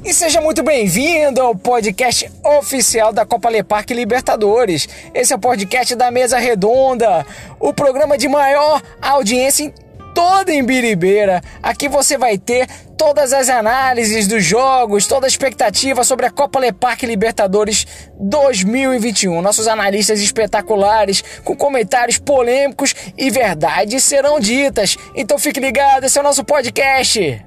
E seja muito bem-vindo ao podcast oficial da Copa Leparque Libertadores. Esse é o podcast da Mesa Redonda, o programa de maior audiência em toda Imbiribeira. Aqui você vai ter todas as análises dos jogos, toda a expectativa sobre a Copa Leparque Libertadores 2021. Nossos analistas espetaculares, com comentários polêmicos e verdades serão ditas. Então fique ligado, esse é o nosso podcast.